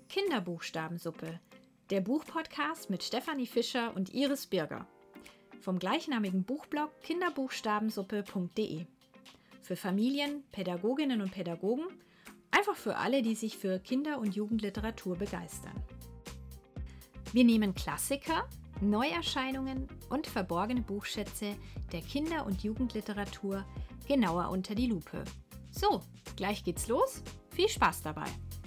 Kinderbuchstabensuppe, der Buchpodcast mit Stefanie Fischer und Iris Birger. Vom gleichnamigen Buchblog kinderbuchstabensuppe.de. Für Familien, Pädagoginnen und Pädagogen, einfach für alle, die sich für Kinder- und Jugendliteratur begeistern. Wir nehmen Klassiker, Neuerscheinungen und verborgene Buchschätze der Kinder- und Jugendliteratur genauer unter die Lupe. So, gleich geht's los. Viel Spaß dabei!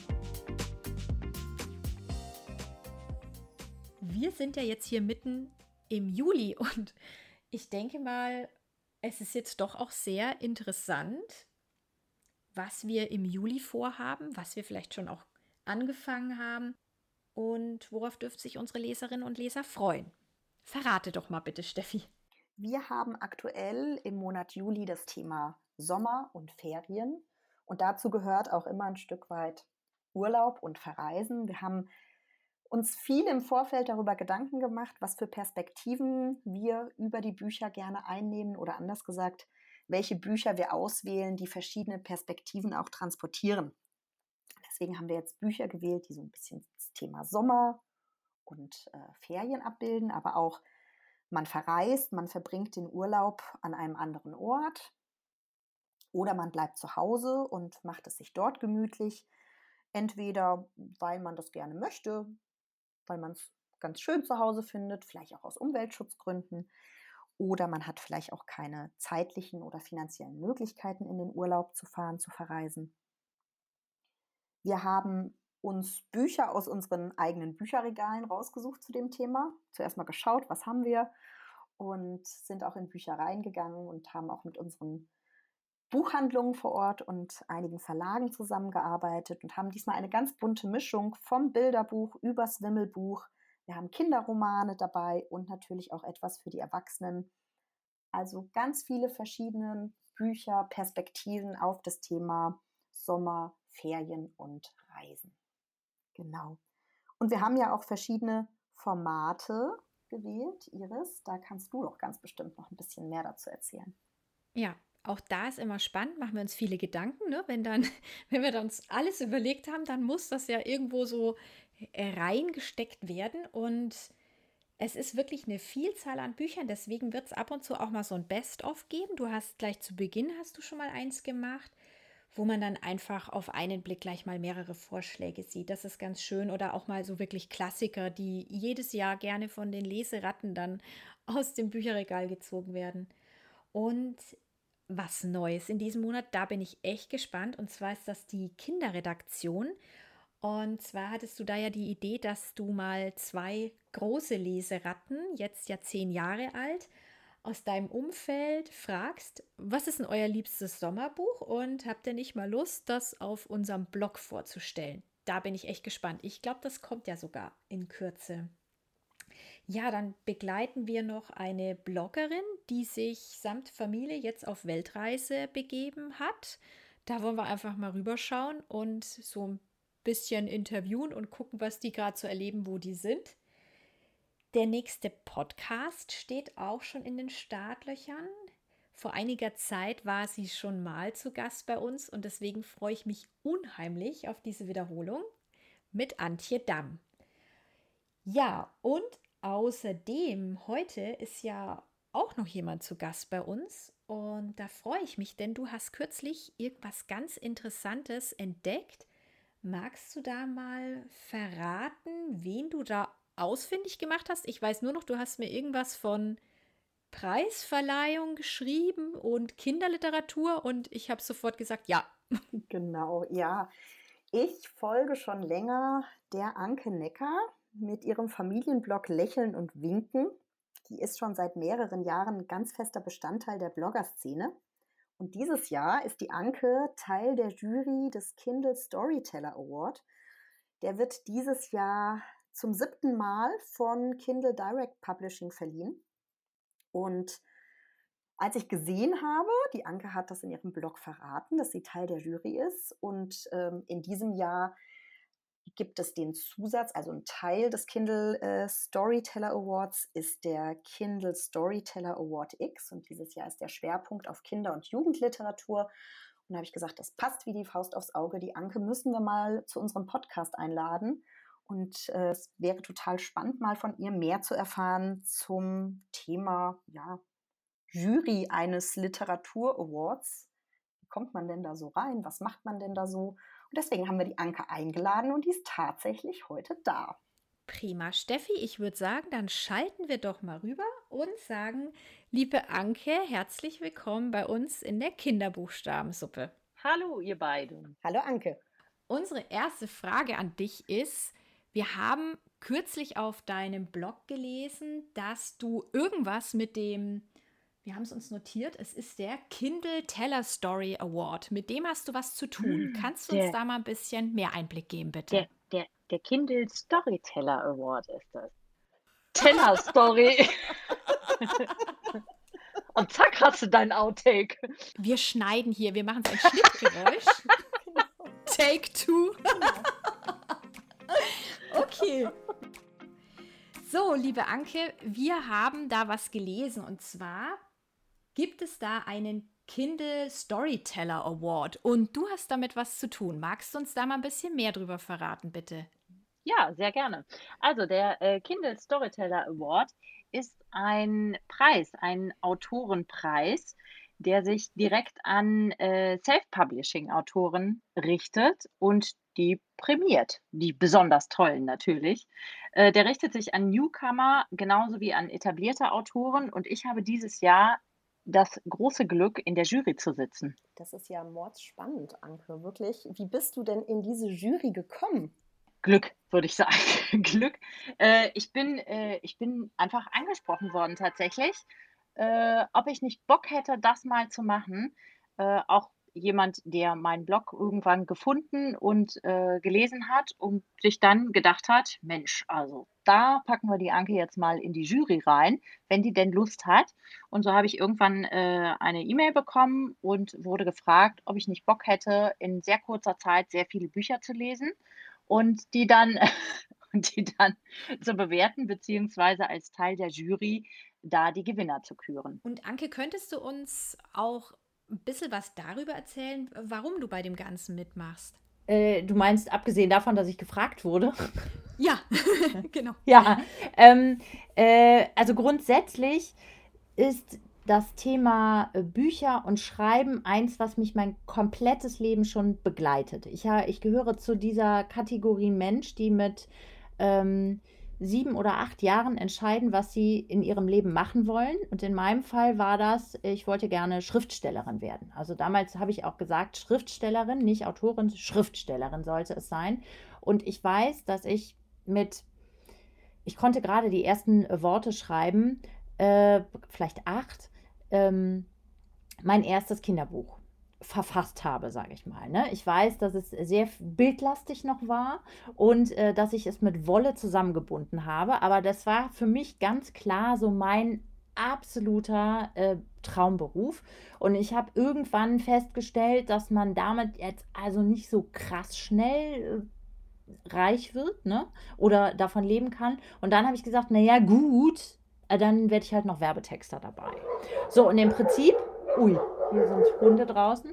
Wir sind ja jetzt hier mitten im Juli und ich denke mal, es ist jetzt doch auch sehr interessant, was wir im Juli vorhaben, was wir vielleicht schon auch angefangen haben und worauf dürfen sich unsere Leserinnen und Leser freuen. Verrate doch mal bitte, Steffi. Wir haben aktuell im Monat Juli das Thema Sommer und Ferien und dazu gehört auch immer ein Stück weit Urlaub und Verreisen. Wir haben uns viel im Vorfeld darüber Gedanken gemacht, was für Perspektiven wir über die Bücher gerne einnehmen oder anders gesagt, welche Bücher wir auswählen, die verschiedene Perspektiven auch transportieren. Deswegen haben wir jetzt Bücher gewählt, die so ein bisschen das Thema Sommer und Ferien abbilden, aber auch man verreist, man verbringt den Urlaub an einem anderen Ort oder man bleibt zu Hause und macht es sich dort gemütlich, entweder weil man das gerne möchte, weil man es ganz schön zu Hause findet, vielleicht auch aus Umweltschutzgründen, oder man hat vielleicht auch keine zeitlichen oder finanziellen Möglichkeiten, in den Urlaub zu fahren, zu verreisen. Wir haben uns Bücher aus unseren eigenen Bücherregalen rausgesucht zu dem Thema. Zuerst mal geschaut, was haben wir, und sind auch in Büchereien gegangen und haben auch mit unseren Buchhandlungen vor Ort und einigen Verlagen zusammengearbeitet und haben diesmal eine ganz bunte Mischung vom Bilderbuch übers Wimmelbuch. Wir haben Kinderromane dabei und natürlich auch etwas für die Erwachsenen. Also ganz viele verschiedene Bücher, Perspektiven auf das Thema Sommer, Ferien und Reisen. Genau. Und wir haben ja auch verschiedene Formate gewählt. Iris, da kannst du doch ganz bestimmt noch ein bisschen mehr dazu erzählen. Ja, auch da ist immer spannend, machen wir uns viele Gedanken, ne? Wenn wir dann uns alles überlegt haben, dann muss das ja irgendwo so reingesteckt werden und es ist wirklich eine Vielzahl an Büchern, deswegen wird es ab und zu auch mal so ein Best-of geben. Du hast gleich zu Beginn, hast du schon mal eins gemacht, wo man dann einfach auf einen Blick gleich mal mehrere Vorschläge sieht. Das ist ganz schön. Oder auch mal so wirklich Klassiker, die jedes Jahr gerne von den Leseratten dann aus dem Bücherregal gezogen werden. Und was Neues in diesem Monat, da bin ich echt gespannt. Und zwar ist das die Kinderredaktion. Und zwar hattest du da ja die Idee, dass du mal 2 große Leseratten, jetzt ja 10 Jahre alt, aus deinem Umfeld fragst, was ist denn euer liebstes Sommerbuch und habt ihr nicht mal Lust, das auf unserem Blog vorzustellen? Da bin ich echt gespannt. Ich glaube, das kommt ja sogar in Kürze. Ja, dann begleiten wir noch eine Bloggerin, die sich samt Familie jetzt auf Weltreise begeben hat. Da wollen wir einfach mal rüberschauen und so ein bisschen interviewen und gucken, was die gerade so erleben, wo die sind. Der nächste Podcast steht auch schon in den Startlöchern. Vor einiger Zeit war sie schon mal zu Gast bei uns und deswegen freue ich mich unheimlich auf diese Wiederholung mit Antje Damm. Ja, und außerdem, heute ist ja auch noch jemand zu Gast bei uns und da freue ich mich, denn du hast kürzlich irgendwas ganz Interessantes entdeckt. Magst du da mal verraten, wen du da ausfindig gemacht hast? Ich weiß nur noch, du hast mir irgendwas von Preisverleihung geschrieben und Kinderliteratur und ich habe sofort gesagt, ja. Genau, ja. Ich folge schon länger der Anke Necker mit ihrem Familienblog Lächeln und Winken. Die ist schon seit mehreren Jahren ein ganz fester Bestandteil der Bloggerszene. Und dieses Jahr ist die Anke Teil der Jury des Kindle Storyteller Award. Der wird dieses Jahr zum 7. Mal von Kindle Direct Publishing verliehen. Und als ich gesehen habe, die Anke hat das in ihrem Blog verraten, dass sie Teil der Jury ist und in diesem Jahr gibt es den Zusatz, also ein Teil des Kindle Storyteller Awards ist der Kindle Storyteller Award X und dieses Jahr ist der Schwerpunkt auf Kinder- und Jugendliteratur. da habe ich gesagt, das passt wie die Faust aufs Auge. Die Anke müssen wir mal zu unserem Podcast einladen. Und es wäre total spannend, mal von ihr mehr zu erfahren zum Thema Jury eines Literatur-Awards. Wie kommt man denn da so rein? Was macht man denn da so? Und deswegen haben wir die Anke eingeladen und die ist tatsächlich heute da. Prima, Steffi. Ich würde sagen, dann schalten wir doch mal rüber und sagen, liebe Anke, herzlich willkommen bei uns in der Kinderbuchstabensuppe. Hallo, ihr beiden. Hallo Anke. Unsere erste Frage an dich ist, wir haben kürzlich auf deinem Blog gelesen, dass du irgendwas mit dem, wir haben es uns notiert, es ist der Kindle Teller Story Award. Mit dem hast du was zu tun. Kannst du uns Der, da mal ein bisschen mehr Einblick geben, bitte? der Kindle Storyteller Award ist das. Teller Story. Und zack, hast du dein Outtake. Wir schneiden hier, wir machen so ein Schnittgeräusch. Take two. Okay. So, liebe Anke, wir haben da was gelesen und zwar gibt es da einen Kindle Storyteller Award und du hast damit was zu tun. Magst du uns da mal ein bisschen mehr drüber verraten, bitte? Ja, sehr gerne. Also der Kindle Storyteller Award ist ein Preis, ein Autorenpreis, der sich direkt an Self-Publishing-Autoren richtet und die prämiert, die besonders tollen natürlich. Der richtet sich an Newcomer genauso wie an etablierte Autoren und ich habe dieses Jahr das große Glück, in der Jury zu sitzen. Das ist ja mordsspannend, Anke, wirklich. Wie bist du denn in diese Jury gekommen? Glück, würde ich sagen. Glück. Ich bin einfach angesprochen worden tatsächlich, ob ich nicht Bock hätte, das mal zu machen. Auch jemand, der meinen Blog irgendwann gefunden und gelesen hat und sich dann gedacht hat, Mensch, also da packen wir die Anke jetzt mal in die Jury rein, wenn die denn Lust hat. Und so habe ich irgendwann eine E-Mail bekommen und wurde gefragt, ob ich nicht Bock hätte, in sehr kurzer Zeit sehr viele Bücher zu lesen und die dann und die dann zu bewerten, beziehungsweise als Teil der Jury da die Gewinner zu küren. Und Anke, könntest du uns auch ein bisschen was darüber erzählen, warum du bei dem Ganzen mitmachst? Du meinst, abgesehen davon, dass ich gefragt wurde? Ja, genau. Ja, also grundsätzlich ist das Thema Bücher und Schreiben eins, was mich mein komplettes Leben schon begleitet. Ich gehöre zu dieser Kategorie Mensch, die mit 7 oder 8 Jahren entscheiden, was sie in ihrem Leben machen wollen. Und in meinem Fall war das, ich wollte gerne Schriftstellerin werden. Also damals habe ich auch gesagt, Schriftstellerin, nicht Autorin, Schriftstellerin sollte es sein. Und ich weiß, dass ich konnte gerade die ersten Worte schreiben, vielleicht 8, mein erstes Kinderbuch verfasst habe, sage ich mal. Ne? Ich weiß, dass es sehr bildlastig noch war und dass ich es mit Wolle zusammengebunden habe, aber das war für mich ganz klar so mein absoluter Traumberuf. Und ich habe irgendwann festgestellt, dass man damit jetzt also nicht so krass schnell reich wird, ne? Oder davon leben kann. Und dann habe ich gesagt, naja, gut, dann werde ich halt noch Werbetexter dabei. So, und im Prinzip, ui, hier sind Hunde draußen.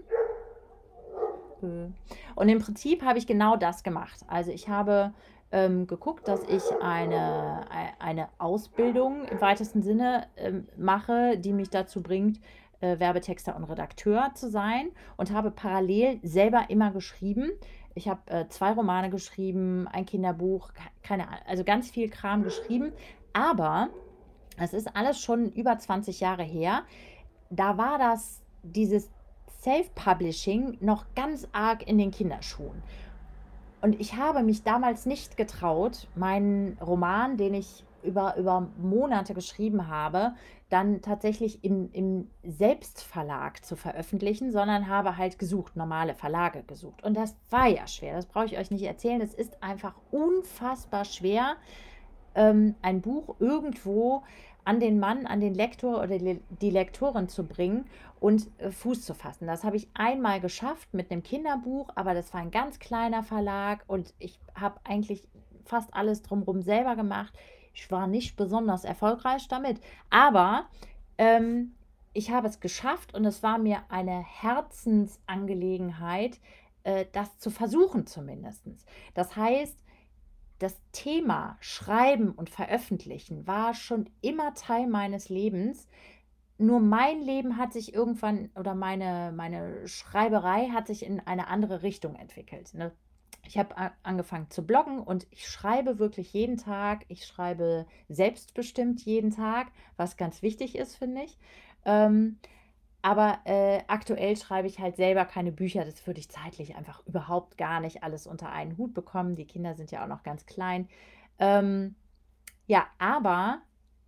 Und im Prinzip habe ich genau das gemacht. Also ich habe geguckt, dass ich eine Ausbildung im weitesten Sinne mache, die mich dazu bringt, Werbetexter und Redakteur zu sein und habe parallel selber immer geschrieben. Ich habe 2 Romane geschrieben, ein Kinderbuch, keine Ahnung, also ganz viel Kram geschrieben. Aber es ist alles schon über 20 Jahre her. Da war dieses Self-Publishing noch ganz arg in den Kinderschuhen. Und ich habe mich damals nicht getraut, meinen Roman, den ich über Monate geschrieben habe, dann tatsächlich im Selbstverlag zu veröffentlichen, sondern habe halt gesucht, normale Verlage gesucht. Und das war ja schwer, das brauche ich euch nicht erzählen. Es ist einfach unfassbar schwer, ein Buch irgendwo an den Mann, an den Lektor oder die Lektorin zu bringen und Fuß zu fassen. Das habe ich einmal geschafft mit einem Kinderbuch, aber das war ein ganz kleiner Verlag und ich habe eigentlich fast alles drumherum selber gemacht. Ich war nicht besonders erfolgreich damit, aber ich habe es geschafft und es war mir eine Herzensangelegenheit, das zu versuchen zumindestens. Das heißt, das Thema Schreiben und Veröffentlichen war schon immer Teil meines Lebens. Nur mein Leben hat sich irgendwann oder meine Schreiberei hat sich in eine andere Richtung entwickelt, ne? Ich habe angefangen zu bloggen und ich schreibe wirklich jeden Tag. Ich schreibe selbstbestimmt jeden Tag, was ganz wichtig ist, finde ich. Ähm, aber aktuell schreibe ich halt selber keine Bücher. Das würde ich zeitlich einfach überhaupt gar nicht alles unter einen Hut bekommen. Die Kinder sind ja auch noch ganz klein. Ähm, ja, aber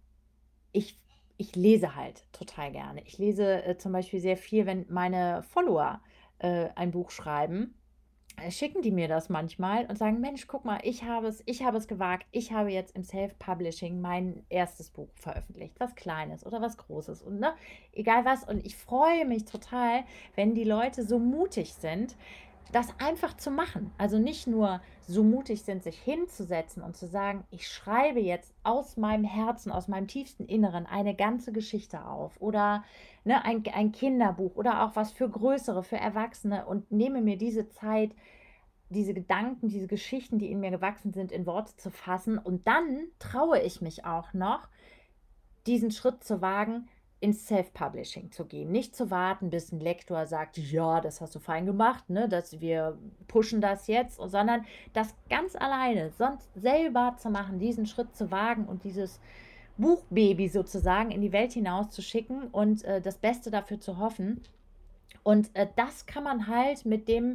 ich, ich lese halt total gerne. Ich lese zum Beispiel sehr viel, wenn meine Follower ein Buch schreiben, schicken die mir das manchmal und sagen: Mensch, guck mal, ich habe es gewagt. Ich habe jetzt im Self-Publishing mein erstes Buch veröffentlicht. Was Kleines oder was Großes und ne, egal was. Und ich freue mich total, wenn die Leute so mutig sind, das einfach zu machen. Also nicht nur so mutig sind, sich hinzusetzen und zu sagen, ich schreibe jetzt aus meinem Herzen, aus meinem tiefsten Inneren eine ganze Geschichte auf oder ne, ein Kinderbuch oder auch was für Größere, für Erwachsene und nehme mir diese Zeit, diese Gedanken, diese Geschichten, die in mir gewachsen sind, in Worte zu fassen. Und dann traue ich mich auch noch, diesen Schritt zu wagen, ins Self-Publishing zu gehen. Nicht zu warten, bis ein Lektor sagt, ja, das hast du fein gemacht, ne, dass wir pushen das jetzt, sondern das ganz alleine, sonst selber zu machen, diesen Schritt zu wagen und dieses Buchbaby sozusagen in die Welt hinaus zu schicken und das Beste dafür zu hoffen. Und das kann man halt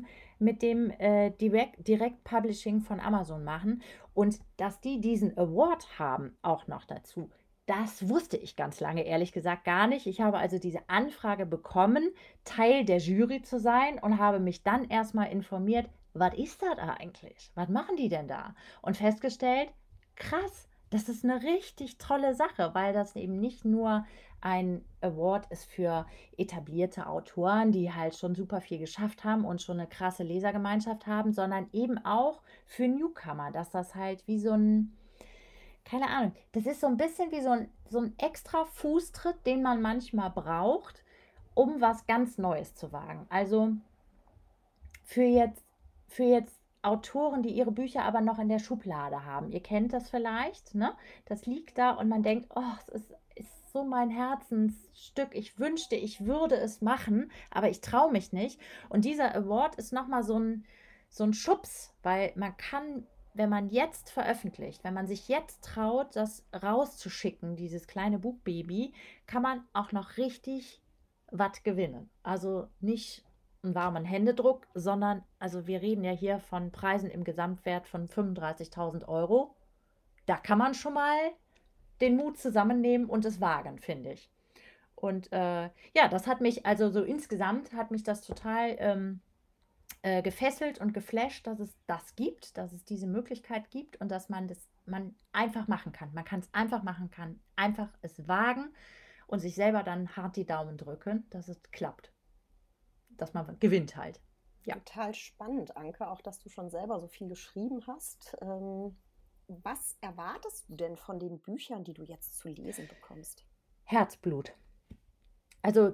mit dem Direct Publishing von Amazon machen. Und dass die diesen Award haben, auch noch dazu, das wusste ich ganz lange, ehrlich gesagt, gar nicht. Ich habe also diese Anfrage bekommen, Teil der Jury zu sein und habe mich dann erstmal informiert, was ist das eigentlich? Was machen die denn da? Und festgestellt, krass, das ist eine richtig tolle Sache, weil das eben nicht nur ein Award ist für etablierte Autoren, die halt schon super viel geschafft haben und schon eine krasse Lesergemeinschaft haben, sondern eben auch für Newcomer, dass das halt wie so ein, keine Ahnung, das ist so ein bisschen wie so ein extra Fußtritt, den man manchmal braucht, um was ganz Neues zu wagen. Also für jetzt, für jetzt Autoren, die ihre Bücher aber noch in der Schublade haben. Ihr kennt das vielleicht, ne? Das liegt da und man denkt, oh, ist so mein Herzensstück. Ich wünschte, ich würde es machen, aber ich traue mich nicht. Und dieser Award ist nochmal so ein Schubs, weil man kann, wenn man jetzt veröffentlicht, wenn man sich jetzt traut, das rauszuschicken, dieses kleine Buchbaby, kann man auch noch richtig was gewinnen. Also nicht einen warmen Händedruck, sondern, also wir reden ja hier von Preisen im Gesamtwert von 35.000 Euro. Da kann man schon mal den Mut zusammennehmen und es wagen, finde ich. Und ja, das hat mich, also so insgesamt hat mich das total gefesselt und geflasht, dass es das gibt, dass es diese Möglichkeit gibt und dass man einfach machen kann. Man kann es einfach machen kann, einfach es wagen und sich selber dann hart die Daumen drücken, dass es klappt, dass man gewinnt halt. Ja. Total spannend, Anke, auch dass du schon selber so viel geschrieben hast. Was erwartest du denn von den Büchern, die du jetzt zu lesen bekommst? Herzblut. Also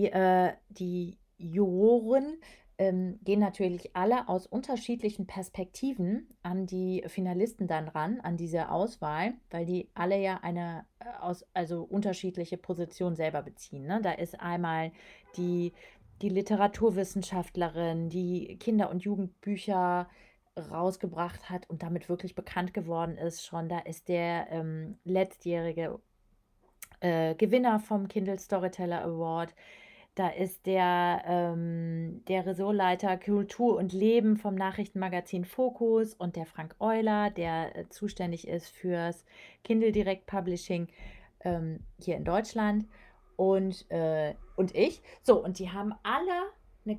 die Juroren gehen natürlich alle aus unterschiedlichen Perspektiven an die Finalisten dann ran, an diese Auswahl, weil die alle ja also unterschiedliche Positionen selber beziehen. Ne? Da ist einmal die, die Literaturwissenschaftlerin, die Kinder- und Jugendbücher rausgebracht hat und damit wirklich bekannt geworden ist schon. Da ist der letztjährige Gewinner vom Kindle Storyteller Award. Da ist der Ressortleiter Kultur und Leben vom Nachrichtenmagazin Fokus und der Frank Euler, der zuständig ist fürs Kindle Direct Publishing hier in Deutschland und ich. So, und die haben alle eine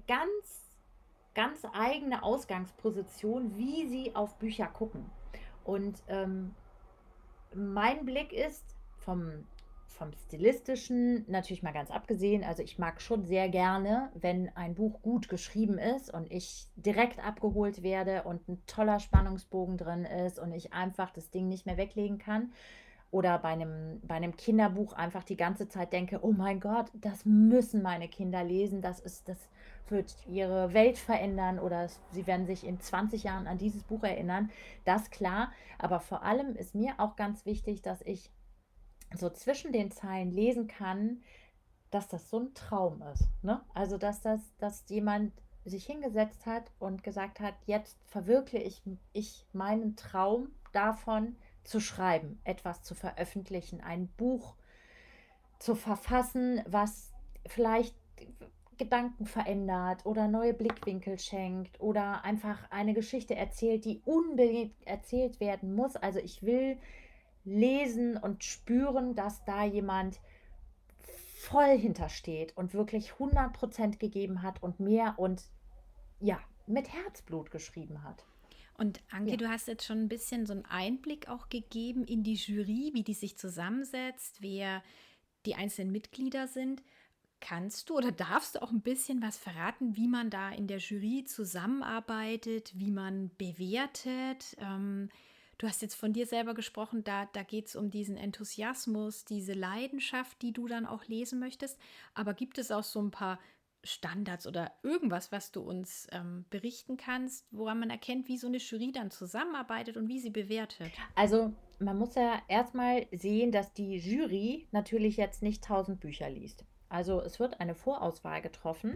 ganz eigene Ausgangsposition, wie sie auf Bücher gucken. Und mein Blick ist vom Stilistischen natürlich mal ganz abgesehen. Also ich mag schon sehr gerne, wenn ein Buch gut geschrieben ist und ich direkt abgeholt werde und ein toller Spannungsbogen drin ist und ich einfach das Ding nicht mehr weglegen kann. oder bei einem Kinderbuch einfach die ganze Zeit denke, oh mein Gott, das müssen meine Kinder lesen, das wird ihre Welt verändern oder sie werden sich in 20 Jahren an dieses Buch erinnern. Das klar, aber vor allem ist mir auch ganz wichtig, dass ich so zwischen den Zeilen lesen kann, dass das so ein Traum ist. Ne? Also, dass jemand sich hingesetzt hat und gesagt hat, jetzt verwirkliche ich meinen Traum davon zu schreiben, etwas zu veröffentlichen, ein Buch zu verfassen, was vielleicht Gedanken verändert oder neue Blickwinkel schenkt oder einfach eine Geschichte erzählt, die unbedingt erzählt werden muss. Also ich will lesen und spüren, dass da jemand voll hintersteht und wirklich 100% gegeben hat und mehr und ja, mit Herzblut geschrieben hat. Und Anke, Ja. du hast jetzt schon ein bisschen so einen Einblick auch gegeben in die Jury, wie die sich zusammensetzt, wer die einzelnen Mitglieder sind. Kannst du oder darfst du auch ein bisschen was verraten, wie man da in der Jury zusammenarbeitet, wie man bewertet? Du hast jetzt von dir selber gesprochen, da geht es um diesen Enthusiasmus, diese Leidenschaft, die du dann auch lesen möchtest. Aber gibt es auch so ein paar Standards oder irgendwas, was du uns berichten kannst, woran man erkennt, wie so eine Jury dann zusammenarbeitet und wie sie bewertet? Also man muss ja erstmal sehen, dass die Jury natürlich jetzt nicht 1000 Bücher liest. Also es wird eine Vorauswahl getroffen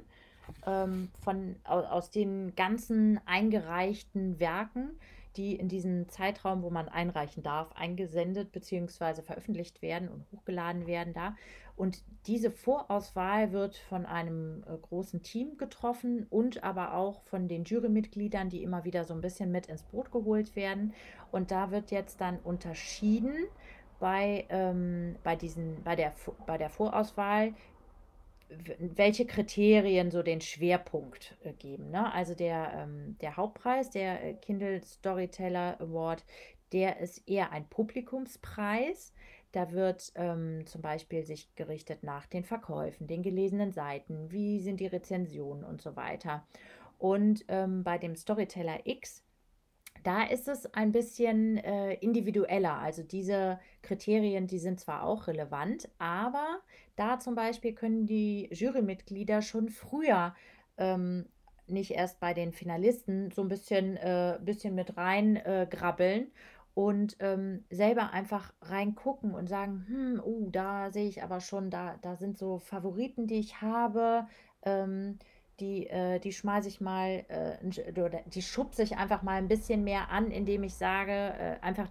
aus den ganzen eingereichten Werken, die in diesem Zeitraum, wo man einreichen darf, eingesendet bzw. veröffentlicht werden und hochgeladen werden da. Und diese Vorauswahl wird von einem großen Team getroffen und aber auch von den Jurymitgliedern, die immer wieder so ein bisschen mit ins Boot geholt werden. Und da wird jetzt dann unterschieden bei der Vorauswahl, welche Kriterien so den Schwerpunkt geben. Ne? Also der Hauptpreis, der Kindle Storyteller Award, der ist eher ein Publikumspreis. Da wird zum Beispiel sich gerichtet nach den Verkäufen, den gelesenen Seiten, wie sind die Rezensionen und so weiter. Und bei dem Storyteller X, da ist es ein bisschen individueller. Also diese Kriterien, die sind zwar auch relevant, aber da zum Beispiel können die Jurymitglieder schon früher nicht erst bei den Finalisten so ein bisschen mit rein grabbeln und selber einfach reingucken und sagen, da sehe ich aber schon, da sind so Favoriten, die ich habe. Ähm, die schmeiße ich mal, oder die schubse ich einfach mal ein bisschen mehr an, indem ich sage, einfach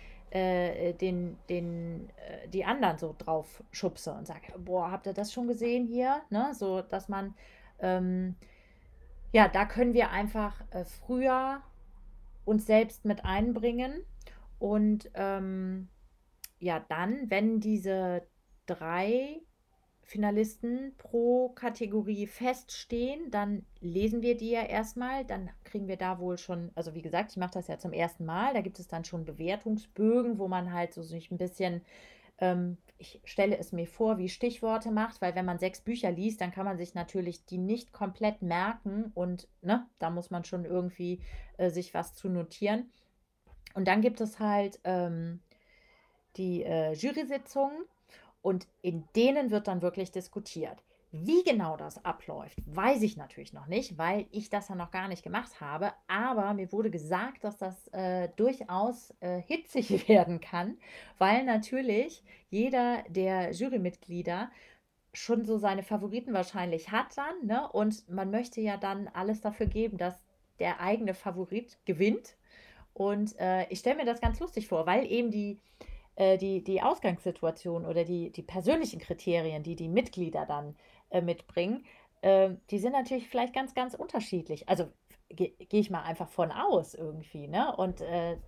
die anderen so drauf schubse und sage, boah, habt ihr das schon gesehen hier? Ne? So, dass man, ähm, ja, da können wir einfach früher uns selbst mit einbringen und ja, dann, wenn diese 3 Finalisten pro Kategorie feststehen, dann lesen wir die ja erstmal, dann kriegen wir da wohl schon, also wie gesagt, ich mache das ja zum ersten Mal, da gibt es dann schon Bewertungsbögen, wo man halt so sich ein bisschen, ich stelle es mir vor, wie Stichworte macht, weil wenn man 6 Bücher liest, dann kann man sich natürlich die nicht komplett merken und ne, da muss man schon irgendwie sich was zu notieren. Und dann gibt es halt die Jury-Sitzungen und in denen wird dann wirklich diskutiert. Wie genau das abläuft, weiß ich natürlich noch nicht, weil ich das ja noch gar nicht gemacht habe. Aber mir wurde gesagt, dass das durchaus hitzig werden kann, weil natürlich jeder der Jurymitglieder schon so seine Favoriten wahrscheinlich hat dann. Ne? Und man möchte ja dann alles dafür geben, dass der eigene Favorit gewinnt. Und ich stelle mir das ganz lustig vor, weil eben die Ausgangssituation oder die persönlichen Kriterien, die die Mitglieder dann mitbringen, die sind natürlich vielleicht ganz, ganz unterschiedlich. Also gehe ich mal einfach von aus irgendwie, ne? Und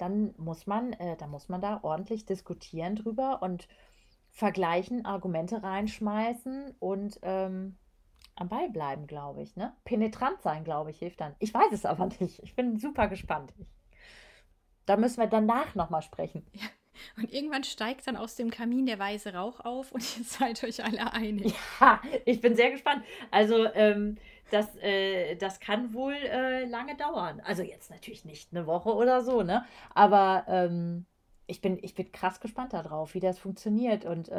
dann muss man da ordentlich diskutieren drüber und vergleichen, Argumente reinschmeißen und am Ball bleiben, glaube ich, ne? Penetrant sein, glaube ich, hilft dann. Ich weiß es aber nicht. Ich bin super gespannt. Da müssen wir danach nochmal sprechen. Und irgendwann steigt dann aus dem Kamin der weiße Rauch auf und ihr seid euch alle einig. Ja, ich bin sehr gespannt. Also, das kann wohl lange dauern. Also jetzt natürlich nicht eine Woche oder so, ne? Aber ich bin krass gespannt darauf, wie das funktioniert. Und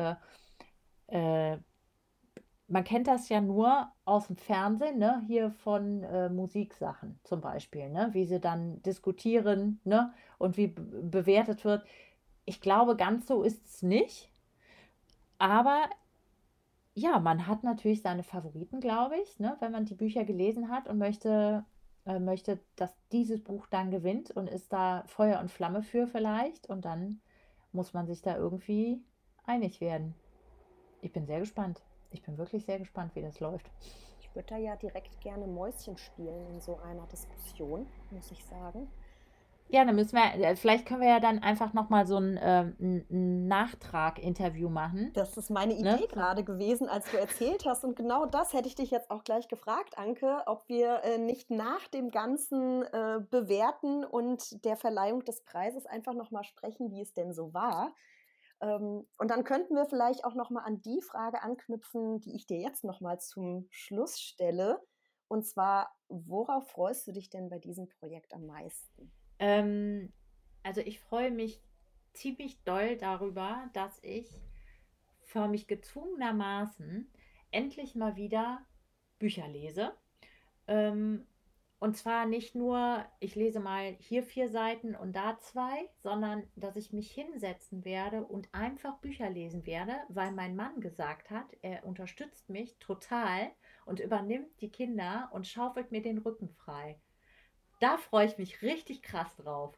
äh, man kennt das ja nur aus dem Fernsehen, ne? Hier von Musiksachen zum Beispiel, ne? Wie sie dann diskutieren, ne? Und wie bewertet wird. Ich glaube, ganz so ist es nicht. Aber ja, man hat natürlich seine Favoriten, glaube ich, ne? Wenn man die Bücher gelesen hat und möchte, dass dieses Buch dann gewinnt und ist da Feuer und Flamme für vielleicht. Und dann muss man sich da irgendwie einig werden. Ich bin sehr gespannt. Ich bin wirklich sehr gespannt, wie das läuft. Ich würde da ja direkt gerne Mäuschen spielen in so einer Diskussion, muss ich sagen. Ja, dann müssen wir, vielleicht können wir ja dann einfach nochmal so ein Nachtrag-Interview machen. Das ist meine Ne? Idee gerade gewesen, als du erzählt hast. Und genau das hätte ich dich jetzt auch gleich gefragt, Anke, ob wir nicht nach dem ganzen Bewerten und der Verleihung des Preises einfach nochmal sprechen, wie es denn so war. Und dann könnten wir vielleicht auch nochmal an die Frage anknüpfen, die ich dir jetzt nochmal zum Schluss stelle. Und zwar, worauf freust du dich denn bei diesem Projekt am meisten? Ähm, also ich freue mich ziemlich doll darüber, dass ich förmlich gezwungenermaßen endlich mal wieder Bücher lese. Ähm, und zwar nicht nur, ich lese mal hier 4 Seiten und da 2, sondern dass ich mich hinsetzen werde und einfach Bücher lesen werde, weil mein Mann gesagt hat, er unterstützt mich total und übernimmt die Kinder und schaufelt mir den Rücken frei. Da freue ich mich richtig krass drauf.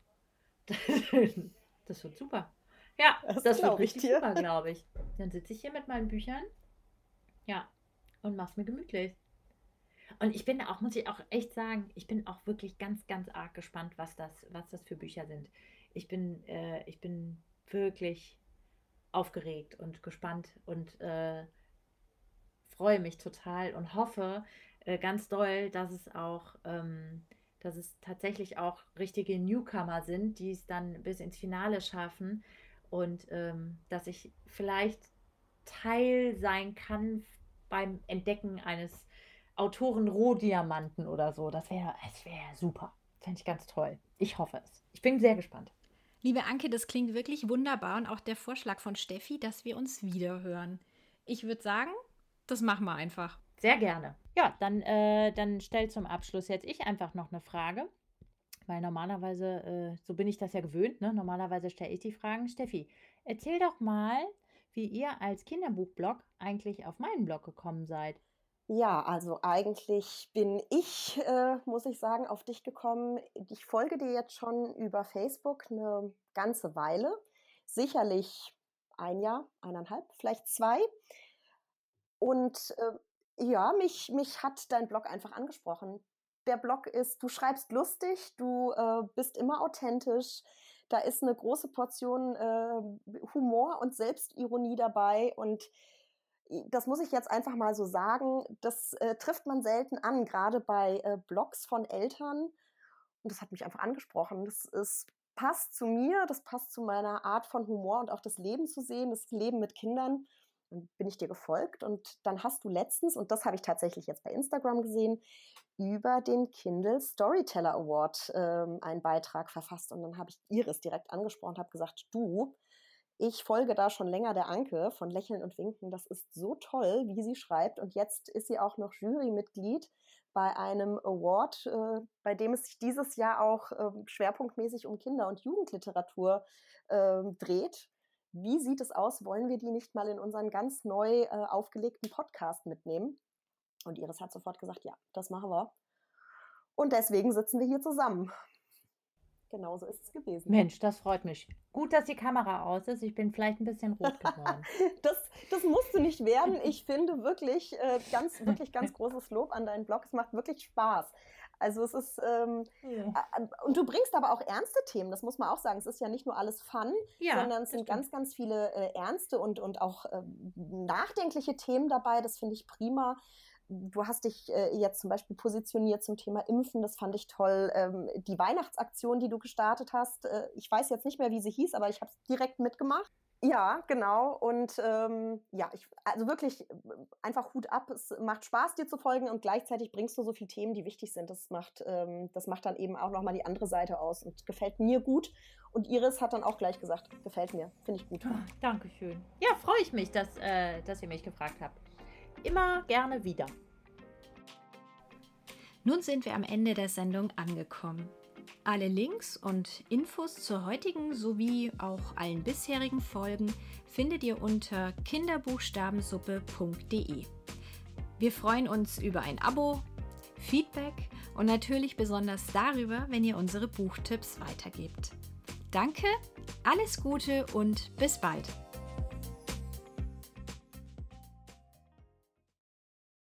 Das wird super. Ja, Das das wird glaube ich richtig dir. super, glaube ich. Dann sitze ich hier mit meinen Büchern, ja, und mach's mir gemütlich. Und ich bin auch, muss ich auch echt sagen, ich bin auch wirklich ganz, ganz arg gespannt, was das für Bücher sind. Ich bin wirklich aufgeregt und gespannt und freue mich total und hoffe ganz doll, dass es tatsächlich auch richtige Newcomer sind, die es dann bis ins Finale schaffen und dass ich vielleicht Teil sein kann beim Entdecken eines Autoren-Rohdiamanten oder so. Das wäre super. Fände ich ganz toll. Ich hoffe es. Ich bin sehr gespannt. Liebe Anke, das klingt wirklich wunderbar und auch der Vorschlag von Steffi, dass wir uns wiederhören. Ich würde sagen, das machen wir einfach. Sehr gerne. Ja, dann stell zum Abschluss jetzt ich einfach noch eine Frage, weil normalerweise, so bin ich das ja gewöhnt, ne? Normalerweise stelle ich die Fragen. Steffi, erzähl doch mal, wie ihr als Kinderbuchblog eigentlich auf meinen Blog gekommen seid. Ja, also eigentlich bin ich, muss ich sagen, auf dich gekommen. Ich folge dir jetzt schon über Facebook eine ganze Weile, sicherlich ein Jahr, 1,5, vielleicht 2. Und ja, mich hat dein Blog einfach angesprochen. Der Blog ist, du schreibst lustig, du bist immer authentisch. Da ist eine große Portion Humor und Selbstironie dabei. Und das muss ich jetzt einfach mal so sagen, das trifft man selten an, gerade bei Blogs von Eltern. Und das hat mich einfach angesprochen. Passt zu mir, das passt zu meiner Art von Humor und auch das Leben zu sehen, das Leben mit Kindern. Dann bin ich dir gefolgt und dann hast du letztens, und das habe ich tatsächlich jetzt bei Instagram gesehen, über den Kindle Storyteller Award einen Beitrag verfasst. Und dann habe ich Iris direkt angesprochen und habe gesagt, du, ich folge da schon länger der Anke von Lächeln und Winken. Das ist so toll, wie sie schreibt. Und jetzt ist sie auch noch Jurymitglied bei einem Award, bei dem es sich dieses Jahr auch schwerpunktmäßig um Kinder- und Jugendliteratur dreht. Wie sieht es aus? Wollen wir die nicht mal in unseren ganz neu aufgelegten Podcast mitnehmen? Und Iris hat sofort gesagt, ja, das machen wir. Und deswegen sitzen wir hier zusammen. Genauso ist es gewesen. Mensch, das freut mich. Gut, dass die Kamera aus ist. Ich bin vielleicht ein bisschen rot geworden. Das musste nicht werden. Ich finde wirklich wirklich ganz großes Lob an deinen Blog. Es macht wirklich Spaß. Also es ist, Ja, und du bringst aber auch ernste Themen, das muss man auch sagen. Es ist ja nicht nur alles Fun, ja, sondern es das sind stimmt. ganz, ganz viele ernste und auch nachdenkliche Themen dabei. Das finde ich prima. du hast dich jetzt zum Beispiel positioniert zum Thema Impfen, das fand ich toll. Die Weihnachtsaktion, die du gestartet hast, ich weiß jetzt nicht mehr, wie sie hieß, aber ich habe es direkt mitgemacht. Ja, genau. Und also wirklich einfach Hut ab. Es macht Spaß, dir zu folgen und gleichzeitig bringst du so viele Themen, die wichtig sind. Das macht dann eben auch nochmal die andere Seite aus und gefällt mir gut. Und Iris hat dann auch gleich gesagt, gefällt mir, finde ich gut. Dankeschön. Ja, freue ich mich, dass ihr mich gefragt habt. Immer gerne wieder. Nun sind wir am Ende der Sendung angekommen. Alle Links und Infos zur heutigen sowie auch allen bisherigen Folgen findet ihr unter kinderbuchstabensuppe.de. Wir freuen uns über ein Abo, Feedback und natürlich besonders darüber, wenn ihr unsere Buchtipps weitergebt. Danke, alles Gute und bis bald!